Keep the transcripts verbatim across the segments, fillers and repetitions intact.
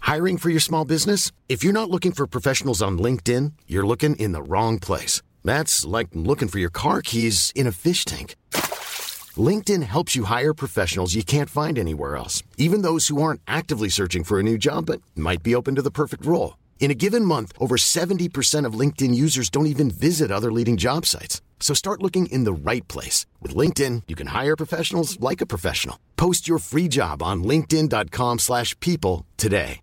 Hiring for your small business? If you're not looking for professionals on LinkedIn, you're looking in the wrong place. That's like looking for your car keys in a fish tank. LinkedIn helps you hire professionals you can't find anywhere else, even those who aren't actively searching for a new job but might be open to the perfect role. In a given month, over seventy percent of LinkedIn users don't even visit other leading job sites. So start looking in the right place. With LinkedIn, you can hire professionals like a professional. Post your free job on linkedin dot com slash people today.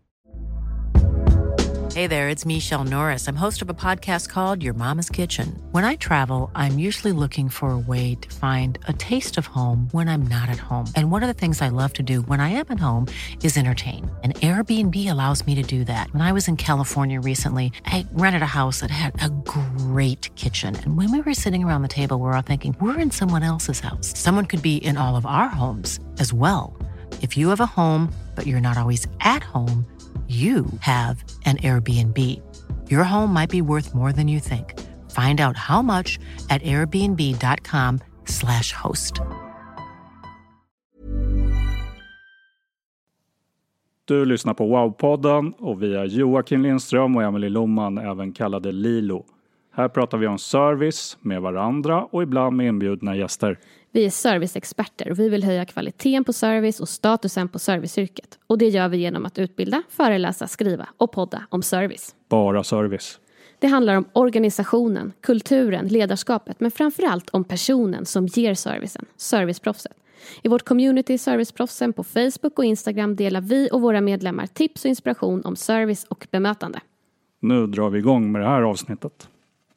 Hey there, it's Michelle Norris. I'm host of a podcast called Your Mama's Kitchen. When I travel, I'm usually looking for a way to find a taste of home when I'm not at home. And one of the things I love to do when I am at home is entertain. And Airbnb allows me to do that. When I was in California recently, I rented a house that had a great kitchen. And when we were sitting around the table, we were all thinking, we're in someone else's house. Someone could be in all of our homes as well. If you have a home, but you're not always at home, you have an Airbnb. Your home might be worth more than you think. Find out how much at airbnb dot com slash host. Du lyssnar på Wow-podden och vi är Joakim Lindström och Emily Lohman, även kallade Lilo. Här pratar vi om service med varandra och ibland med inbjudna gäster. Vi är serviceexperter och vi vill höja kvaliteten på service och statusen på serviceyrket. Och det gör vi genom att utbilda, föreläsa, skriva och podda om service. Bara service. Det handlar om organisationen, kulturen, ledarskapet, men framförallt om personen som ger servicen, serviceproffset. I vårt community Serviceproffsen på Facebook och Instagram delar vi och våra medlemmar tips och inspiration om service och bemötande. Nu drar vi igång med det här avsnittet.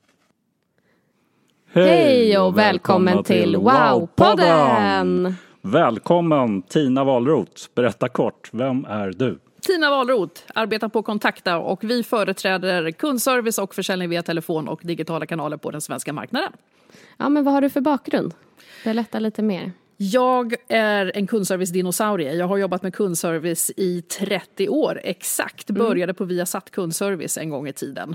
Hej och välkommen till Wow-podden! Välkommen Tina Wahlroth. Berätta kort, vem är du? Tina Wahlroth arbetar på Kontakta och vi företräder kundservice och försäljning via telefon och digitala kanaler på den svenska marknaden. Ja, men vad har du för bakgrund? Berätta lite mer. Jag är en kundservice-dinosaurie. Jag har jobbat med kundservice i trettio år exakt. Började mm. på Viasat kundservice en gång i tiden.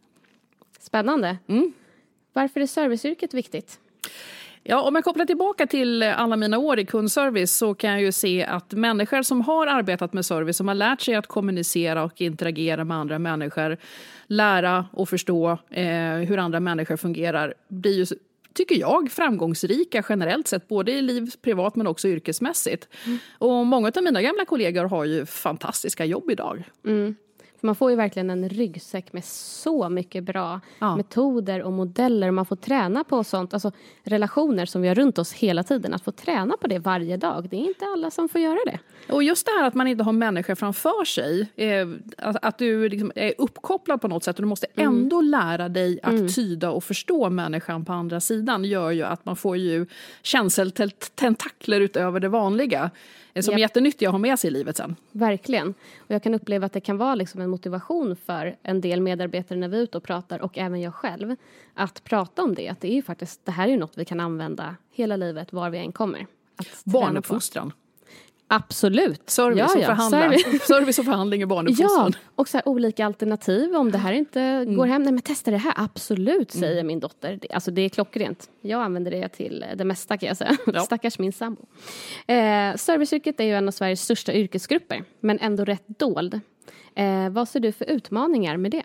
Spännande. Mm. Varför är serviceyrket viktigt? Ja, om jag kopplar tillbaka till alla mina år i kundservice så kan jag ju se att människor som har arbetat med service, som har lärt sig att kommunicera och interagera med andra människor, lära och förstå eh, hur andra människor fungerar, blir ju, tycker jag, framgångsrika generellt sett, både i liv privat men också yrkesmässigt. Mm. Och många av mina gamla kollegor har ju fantastiska jobb idag. Mm. Man får ju verkligen en ryggsäck med så mycket bra ja. metoder och modeller. Man får träna på sånt. Alltså relationer som vi har runt oss hela tiden. Att få träna på det varje dag. Det är inte alla som får göra det. Och just det här att man inte har människor framför sig. Eh, att, att du liksom är uppkopplad på något sätt. Och du måste mm. ändå lära dig att mm. tyda och förstå människan på andra sidan. Gör ju att man får ju känseltentakler utöver det vanliga. Som är jättenyttiga att ha med sig i livet sen. Verkligen. Och jag kan uppleva att det kan vara liksom en motivation för en del medarbetare när vi är ute och pratar. Och även jag själv. Att prata om det. Att det är ju faktiskt, det här är ju något vi kan använda hela livet var vi än kommer. Barnuppfostran. Absolut. Service, ja, och ja. Service. Service och förhandling i barnuppfostran. Ja, och så här, olika alternativ. Om det här inte mm. går hem, nej men testa det här. Absolut, säger mm. min dotter. Alltså det är klockrent. Jag använder det till det mesta kan jag säga. Ja. Stackars min sambo. Eh, serviceyrket är ju en av Sveriges största yrkesgrupper. Men ändå rätt dold. Eh, vad ser du för utmaningar med det?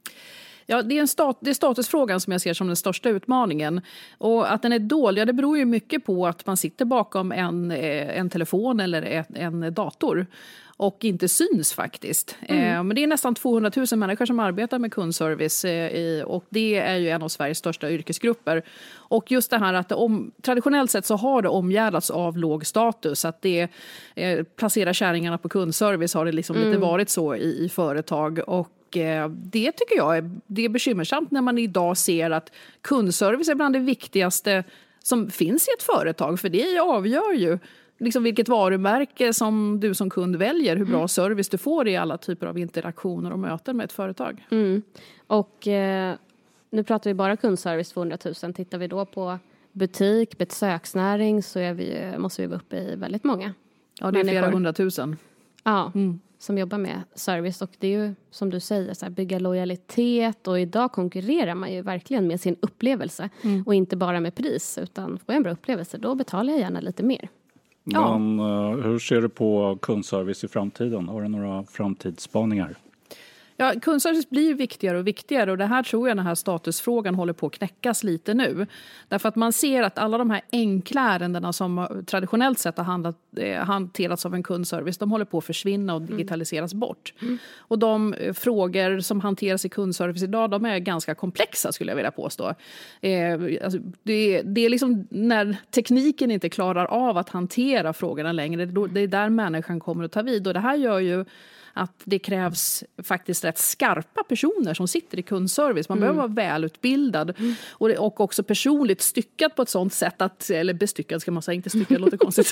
Ja, det är, en stat, det är statusfrågan som jag ser som den största utmaningen. Och att den är dålig, ja, det beror ju mycket på att man sitter bakom en, en telefon eller en, en dator och inte syns faktiskt. Mm. Eh, men det är nästan tvåhundratusen människor som arbetar med kundservice eh, i, och det är ju en av Sveriges största yrkesgrupper. Och just det här att det om, traditionellt sett så har det omgärdats av låg status. Att det eh, placerar kärringarna på kundservice har det liksom mm. lite varit så i, i företag. Och det tycker jag är, det är bekymmersamt när man idag ser att kundservice är bland det viktigaste som finns i ett företag. För det avgör ju liksom vilket varumärke som du som kund väljer. Hur bra service du får i alla typer av interaktioner och möten med ett företag. Mm. Och eh, nu pratar vi bara kundservice tvåhundratusen. Tittar vi då på butik, besöksnäring så är vi, måste vi vara uppe i väldigt många. Ja, det är flera hundratusen. Ja, mm. som jobbar med service. Och det är ju som du säger, så här, bygga lojalitet. Och idag konkurrerar man ju verkligen med sin upplevelse. Mm. Och inte bara med pris. Utan får jag en bra upplevelse, då betalar jag gärna lite mer. Ja. Men uh, hur ser du på kundservice i framtiden? Har du några framtidsspaningar? Ja, kundservice blir viktigare och viktigare och det här tror jag den här statusfrågan håller på att knäckas lite nu. Därför att man ser att alla de här enkla ärendena som traditionellt sett har handlat, eh, hanterats av en kundservice, de håller på att försvinna och digitaliseras mm. bort. Mm. Och de frågor som hanteras i kundservice idag, de är ganska komplexa skulle jag vilja påstå. Eh, alltså, det, det är liksom när tekniken inte klarar av att hantera frågorna längre, det är där människan kommer att ta vid och det här gör ju att det krävs faktiskt rätt skarpa personer som sitter i kundservice. Man mm. behöver vara välutbildad mm. och, och också personligt styckad på ett sånt sätt att, eller bestyckad ska man säga, inte styckad låter konstigt.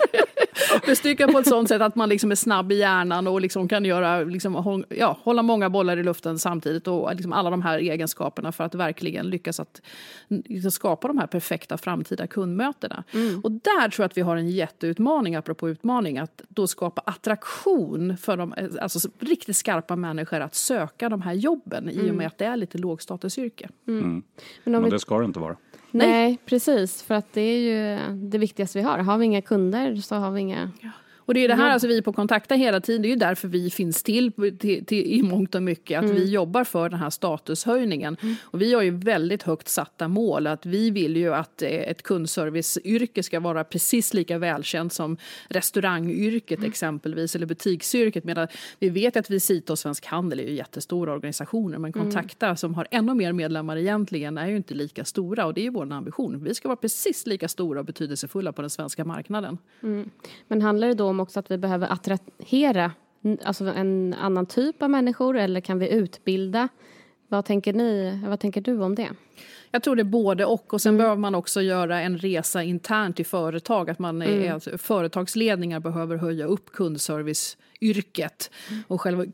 Bestyckad på ett sånt sätt att man liksom är snabb i hjärnan och liksom kan göra, liksom, ja, hålla många bollar i luften samtidigt och liksom alla de här egenskaperna för att verkligen lyckas att liksom, skapa de här perfekta framtida kundmötena. Mm. Och där tror jag att vi har en jätteutmaning, apropå utmaning, att då skapa attraktion för de alltså, riktigt skarpa människor att söka de här jobben mm. i och med att det är lite lågstatusyrke. Mm. Mm. Men, Men vi... det ska det inte vara. Nej. Nej, precis. För att det är ju det viktigaste vi har. Har vi inga kunder så har vi inga... Ja. Och det är det här alltså vi på Kontakta hela tiden. Det är ju därför vi finns till, till, till i mångt och mycket. Att mm. vi jobbar för den här statushöjningen. Mm. Och vi har ju väldigt högt satta mål. Att vi vill ju att ett kundserviceyrke ska vara precis lika välkänt som restaurangyrket mm. exempelvis. Eller butiksyrket. Medan vi vet att Visita och Svensk Handel är ju jättestora organisationer. Men Kontakta mm. som har ännu mer medlemmar egentligen är ju inte lika stora. Och det är ju vår ambition. Vi ska vara precis lika stora och betydelsefulla på den svenska marknaden. Mm. Men handlar det då om också att vi behöver attrahera alltså en annan typ av människor eller kan vi utbilda? Vad tänker ni? Vad tänker du om det? Jag tror det är både och och sen mm. behöver man också göra en resa internt i företag. Att man är, mm. företagsledningar behöver höja upp kundserviceyrket mm. och själva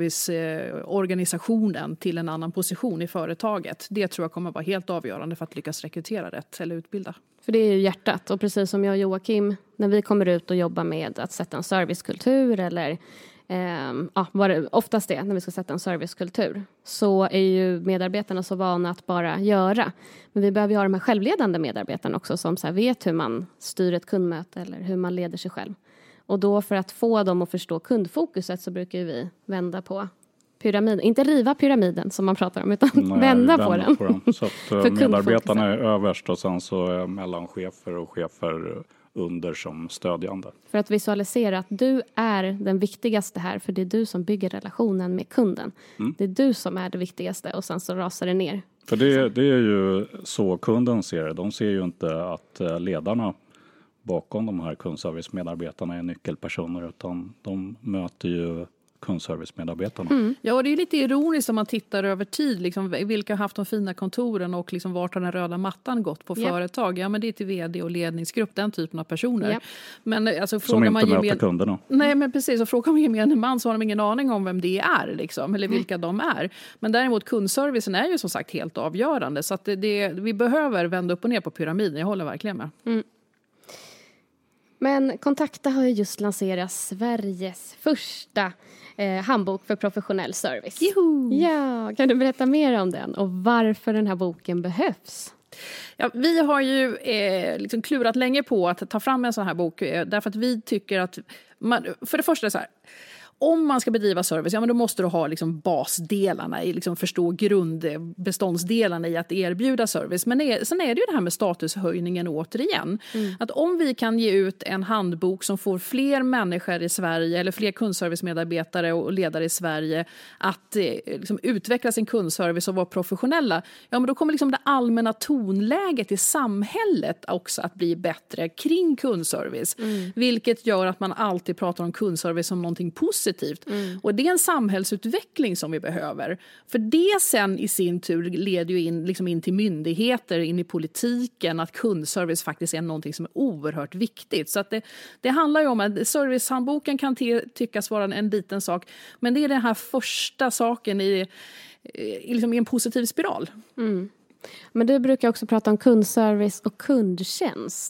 kundserviceorganisationen till en annan position i företaget. Det tror jag kommer vara helt avgörande för att lyckas rekrytera rätt eller utbilda. För det är ju hjärtat och precis som jag och Joakim, när vi kommer ut och jobbar med att sätta en servicekultur eller Um, ja, var oftast det när vi ska sätta en servicekultur så är ju medarbetarna så vana att bara göra. Men vi behöver ju ha de här självledande medarbetarna också som så här vet hur man styr ett kundmöte eller hur man leder sig själv. Och då för att få dem att förstå kundfokuset så brukar vi vända på pyramiden. Inte riva pyramiden som man pratar om utan Nej, vända på den. På den. Så att medarbetarna är överst och sen så är mellanchefer och chefer under som stödjande. För att visualisera att du är den viktigaste här för det är du som bygger relationen med kunden. Mm. Det är du som är det viktigaste och sen så rasar det ner. För det, det är ju så kunden ser det. De ser ju inte att ledarna bakom de här kundservice-medarbetarna är nyckelpersoner utan de möter ju kundservice-medarbetarna. Mm. Ja, och det är lite ironiskt om man tittar över tid. Liksom, vilka har haft de fina kontoren och liksom, vart har den röda mattan gått på yep. företag? Ja, men det är till vd och ledningsgrupp, den typen av personer. Yep. Men, alltså, som inte man möter gemen... kunderna. Nej, men precis. Och frågar man gemene man så har de ingen aning om vem det är. Liksom, eller vilka mm. de är. Men däremot kundservicen är ju som sagt helt avgörande. Så att det, det, vi behöver vända upp och ner på pyramiden. Jag håller verkligen med. Mm. Men Kontakta har ju just lanserat Sveriges första eh, handbok för professionell service. Juhu. Ja, kan du berätta mer om den och varför den här boken behövs? Ja, vi har ju eh, liksom klurat länge på att ta fram en sån här bok eh, därför att vi tycker att man, för det första är så här. Om man ska bedriva service, ja men då måste du ha liksom basdelarna, i liksom förstå grundbeståndsdelarna i att erbjuda service. Men är, sen är det ju det här med statushöjningen återigen. Mm. Att om vi kan ge ut en handbok som får fler människor i Sverige eller fler kundservicemedarbetare och ledare i Sverige att eh, liksom utveckla sin kundservice och vara professionella, ja men då kommer liksom det allmänna tonläget i samhället också att bli bättre kring kundservice. Mm. Vilket gör att man alltid pratar om kundservice som någonting positivt. Mm. Och det är en samhällsutveckling som vi behöver. För det sen i sin tur leder ju in, liksom in till myndigheter, in i politiken, att kundservice faktiskt är någonting som är oerhört viktigt. Så att det, det handlar ju om att servicehandboken kan te, tyckas vara en, en liten sak, men det är den här första saken i, i, liksom i en positiv spiral. Mm. Men du brukar också prata om kundservice och kundtjänst.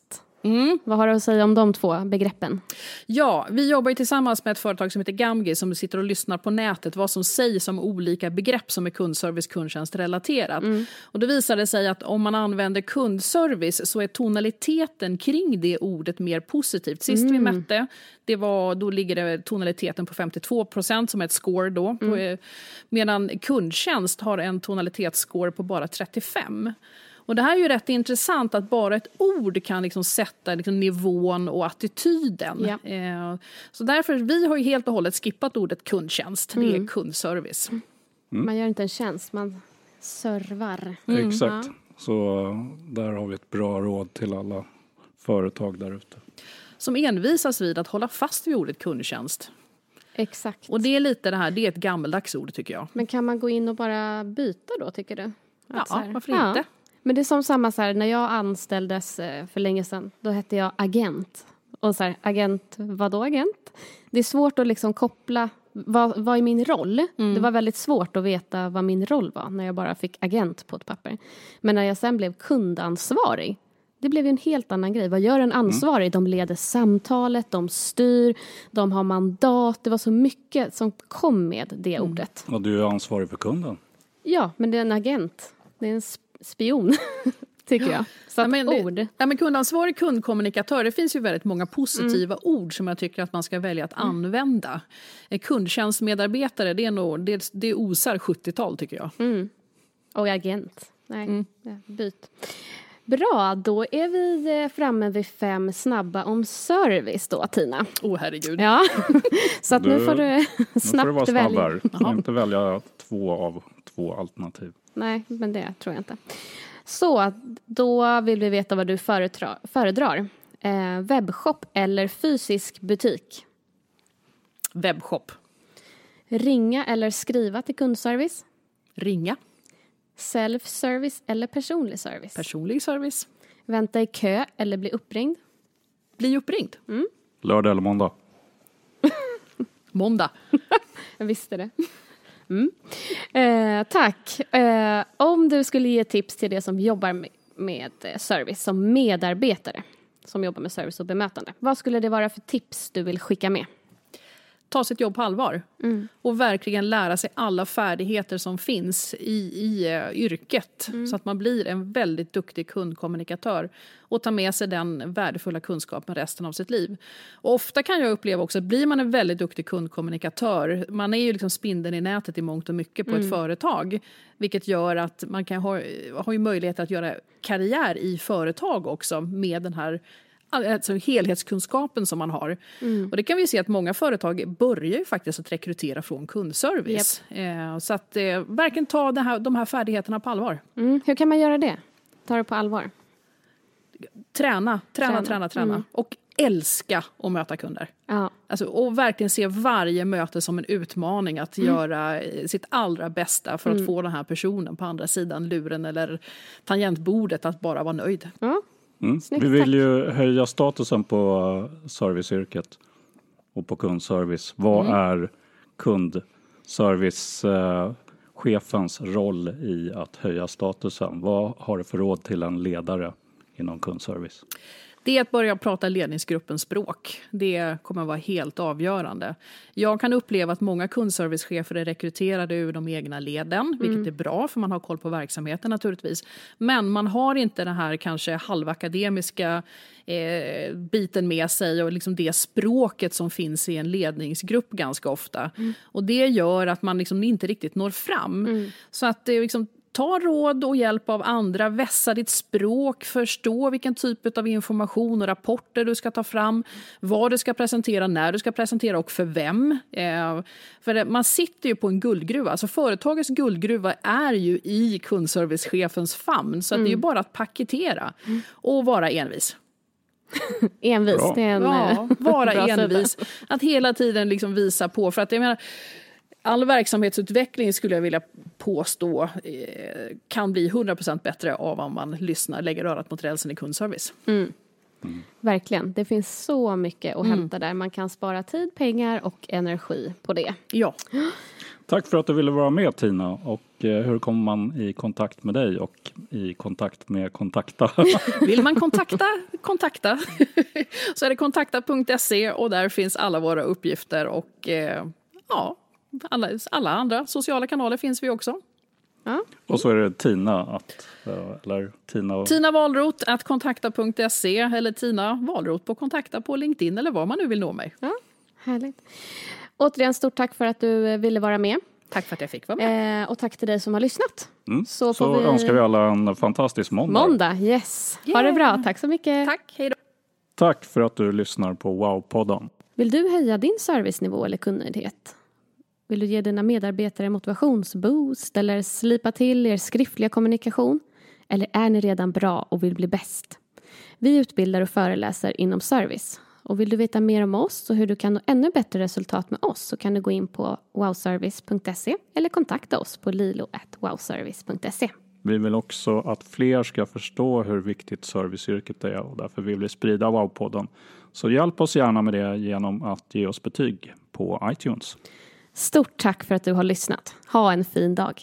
Mm. Vad har du att säga om de två begreppen? Ja, vi jobbar ju tillsammans med ett företag som heter Gamgi som sitter och lyssnar på nätet vad som sägs om olika begrepp som är kundservice, kundtjänst relaterat. Mm. Och då visar det sig att om man använder kundservice så är tonaliteten kring det ordet mer positivt. Sist mm. vi mätte, det var, då ligger det tonaliteten på femtiotvå procent som är ett score då. Mm. Medan kundtjänst har en tonalitetsscore på bara trettiofem. Och det här är ju rätt intressant att bara ett ord kan liksom sätta liksom nivån och attityden. Ja. Eh, så därför, vi har ju helt och hållet skippat ordet kundtjänst. Mm. Det är kundservice. Mm. Man gör inte en tjänst, man servar. Mm. Exakt. Ja. Så där har vi ett bra råd till alla företag där ute. Som envisas vid att hålla fast vid ordet kundtjänst. Exakt. Och det är lite det här, det är ett gammeldags ord tycker jag. Men kan man gå in och bara byta då, tycker du? Att ja, varför ja. inte? Men det är som samma så här, när jag anställdes för länge sedan, då hette jag agent. Och så här, agent, vadå agent? Det är svårt att liksom koppla, vad, vad är min roll? Mm. Det var väldigt svårt att veta vad min roll var när jag bara fick agent på ett papper. Men när jag sen blev kundansvarig, det blev ju en helt annan grej. Vad gör en ansvarig? Mm. De leder samtalet, de styr, de har mandat. Det var så mycket som kom med det mm. ordet. Och du är ansvarig för kunden. Ja, men det är en agent. Det är en spion, tycker jag. Så ja, men, ord. Ja, men kundansvarig, kundkommunikatör, det finns ju väldigt många positiva mm. ord som jag tycker att man ska välja att mm. använda. Kundtjänstmedarbetare, det är nog, det, det är osar sjuttiotal tycker jag. Mm. Och agent. Nej, mm. byt. Bra, då är vi framme vid fem snabba om service då, Tina. Åh, oh, herregud. Ja, så att du, nu får du snabbt får du vara välja. Du kan inte välja två av två alternativ. Nej, men det tror jag inte. Så, då vill vi veta vad du föredrar. föredrar. Eh, webbshop eller fysisk butik? Webbshop. Ringa eller skriva till kundservice? Ringa. Self-service eller personlig service? Personlig service. Vänta i kö eller bli uppringd? Bli uppringd. Mm. Lördag eller måndag? Måndag. Jag visste det. Mm. Eh, tack. Eh, om du skulle ge tips till det som jobbar med, med service som medarbetare som jobbar med service och bemötande. Vad skulle det vara för tips du vill skicka med? Ta sitt jobb på allvar. Mm. Och verkligen lära sig alla färdigheter som finns i, i uh, yrket. Mm. Så att man blir en väldigt duktig kundkommunikatör. Och ta med sig den värdefulla kunskapen resten av sitt liv. Och ofta kan jag uppleva också att blir man en väldigt duktig kundkommunikatör. Man är ju liksom spindeln i nätet i mångt och mycket på mm. ett företag. Vilket gör att man kan ha, ha ju möjlighet att göra karriär i företag också. Med den här alltså helhetskunskapen som man har. Mm. Och det kan vi se att många företag börjar ju faktiskt att rekrytera från kundservice. Yep. Eh, så att eh, verkligen ta det här, de här färdigheterna på allvar. Mm. Hur kan man göra det? Ta det på allvar? Träna, träna, träna, träna. träna. Mm. Och älska att möta kunder. Ja. Alltså, och verkligen se varje möte som en utmaning att mm. göra sitt allra bästa för att mm. få den här personen på andra sidan luren eller tangentbordet att bara vara nöjd. Ja. Mm. Snyggt, vi vill tack. ju höja statusen på serviceyrket och på kundservice. Vad Mm. är kundservicechefens roll i att höja statusen? Vad har du för råd till en ledare inom kundservice? Det är att börja prata ledningsgruppens språk. Det kommer att vara helt avgörande. Jag kan uppleva att många kundservicechefer är rekryterade ur de egna leden. Vilket mm. är bra för man har koll på verksamheten naturligtvis. Men man har inte den här kanske halvakademiska eh, biten med sig. Och liksom det språket som finns i en ledningsgrupp ganska ofta. Mm. Och det gör att man liksom inte riktigt når fram. Mm. Så att det liksom... Ta råd och hjälp av andra, vässa ditt språk, förstå vilken typ av information och rapporter du ska ta fram, vad du ska presentera, när du ska presentera och för vem. Eh, för det, man sitter ju på en guldgruva, alltså företagets guldgruva är ju i kundservicechefens famn, så att mm. det är ju bara att paketera och vara envis. envis, bra. Det är en ja, vara envis. Sida. Att hela tiden liksom visa på, för att jag menar, all verksamhetsutveckling skulle jag vilja påstå eh, kan bli hundra procent bättre av om man lyssnar, lägger örat mot rälsen i kundservice. Mm. Mm. Verkligen, det finns så mycket att mm. hämta där. Man kan spara tid, pengar och energi på det. Ja. Tack för att du ville vara med, Tina. Och eh, hur kommer man i kontakt med dig och i kontakt med Kontakta? Vill man kontakta, kontakta. Så är det kontakta punkt se och där finns alla våra uppgifter och eh, ja, alla, alla andra sociala kanaler finns vi också. Ja. Och så är det Tina att, eller Tina och... Tina Wahlroth at kontakta punkt se eller Tina Wahlroth på kontakta på LinkedIn eller var man nu vill nå mig. Ja, härligt. Återigen stort tack för att du ville vara med. Tack för att jag fick vara med. Eh, och tack till dig som har lyssnat. Mm. Så, så vi... önskar vi alla en fantastisk måndag. Måndag, yes. Yeah. Ha det bra, tack så mycket. Tack, hej då. Tack för att du lyssnar på Wow-podden. Vill du höja din servicenivå eller kundnöjdhet? Vill du ge dina medarbetare motivationsboost eller slipa till er skriftliga kommunikation? Eller är ni redan bra och vill bli bäst? Vi utbildar och föreläser inom service. Och vill du veta mer om oss och hur du kan nå ännu bättre resultat med oss så kan du gå in på wowservice punkt se eller kontakta oss på lilo at wowservice punkt se. Vi vill också att fler ska förstå hur viktigt serviceyrket är och därför vill vi sprida Wow-podden. Så hjälp oss gärna med det genom att ge oss betyg på iTunes. Stort tack för att du har lyssnat. Ha en fin dag.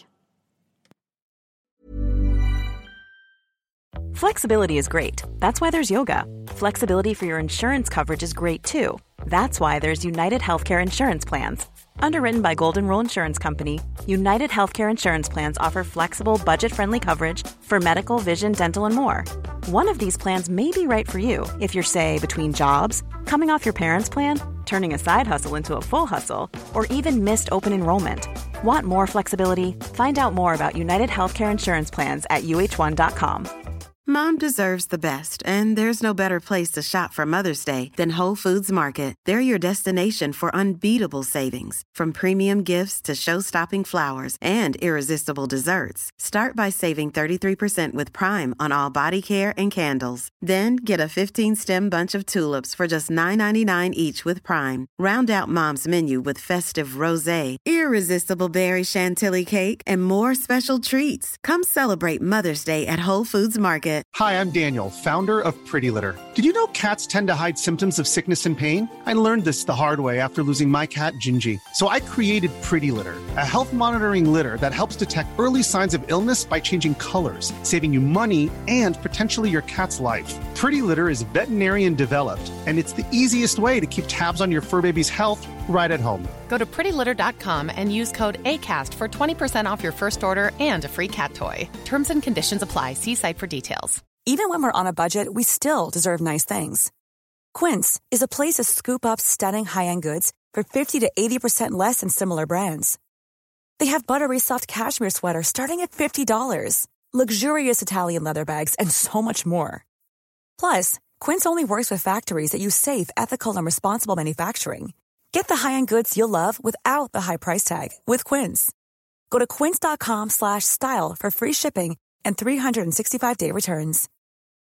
Flexibility is great. That's why there's yoga. Flexibility for your insurance coverage is great too. That's why there's United Healthcare Insurance Plans. Underwritten by Golden Rule Insurance Company, United Healthcare Insurance Plans offer flexible, budget-friendly coverage for medical, vision, dental, and more. One of these plans may be right for you if you're, say, between jobs, coming off your parents' plan, turning a side hustle into a full hustle, or even missed open enrollment. Want more flexibility? Find out more about United Healthcare Insurance Plans at U H one dot com. Mom deserves the best, and there's no better place to shop for Mother's Day than Whole Foods Market. They're your destination for unbeatable savings, from premium gifts to show-stopping flowers and irresistible desserts. Start by saving thirty-three percent with Prime on all body care and candles. Then get a fifteen-stem bunch of tulips for just nine ninety-nine each with Prime. Round out Mom's menu with festive rosé, irresistible berry chantilly cake, and more special treats. Come celebrate Mother's Day at Whole Foods Market. Hi, I'm Daniel, founder of Pretty Litter. Did you know cats tend to hide symptoms of sickness and pain? I learned this the hard way after losing my cat, Gingy. So I created Pretty Litter, a health monitoring litter that helps detect early signs of illness by changing colors, saving you money and potentially your cat's life. Pretty Litter is veterinarian developed, and it's the easiest way to keep tabs on your fur baby's health right at home. Go to pretty litter dot com and use code ACAST for twenty percent off your first order and a free cat toy. Terms and conditions apply. See site for details. Even when we're on a budget, we still deserve nice things. Quince is a place to scoop up stunning high-end goods for fifty to eighty percent less than similar brands. They have buttery soft cashmere sweaters starting at fifty dollars, luxurious Italian leather bags, and so much more. Plus, Quince only works with factories that use safe, ethical, and responsible manufacturing. Get the high-end goods you'll love without the high price tag with Quince. Go to quince dot com slash style for free shipping and three sixty-five day returns.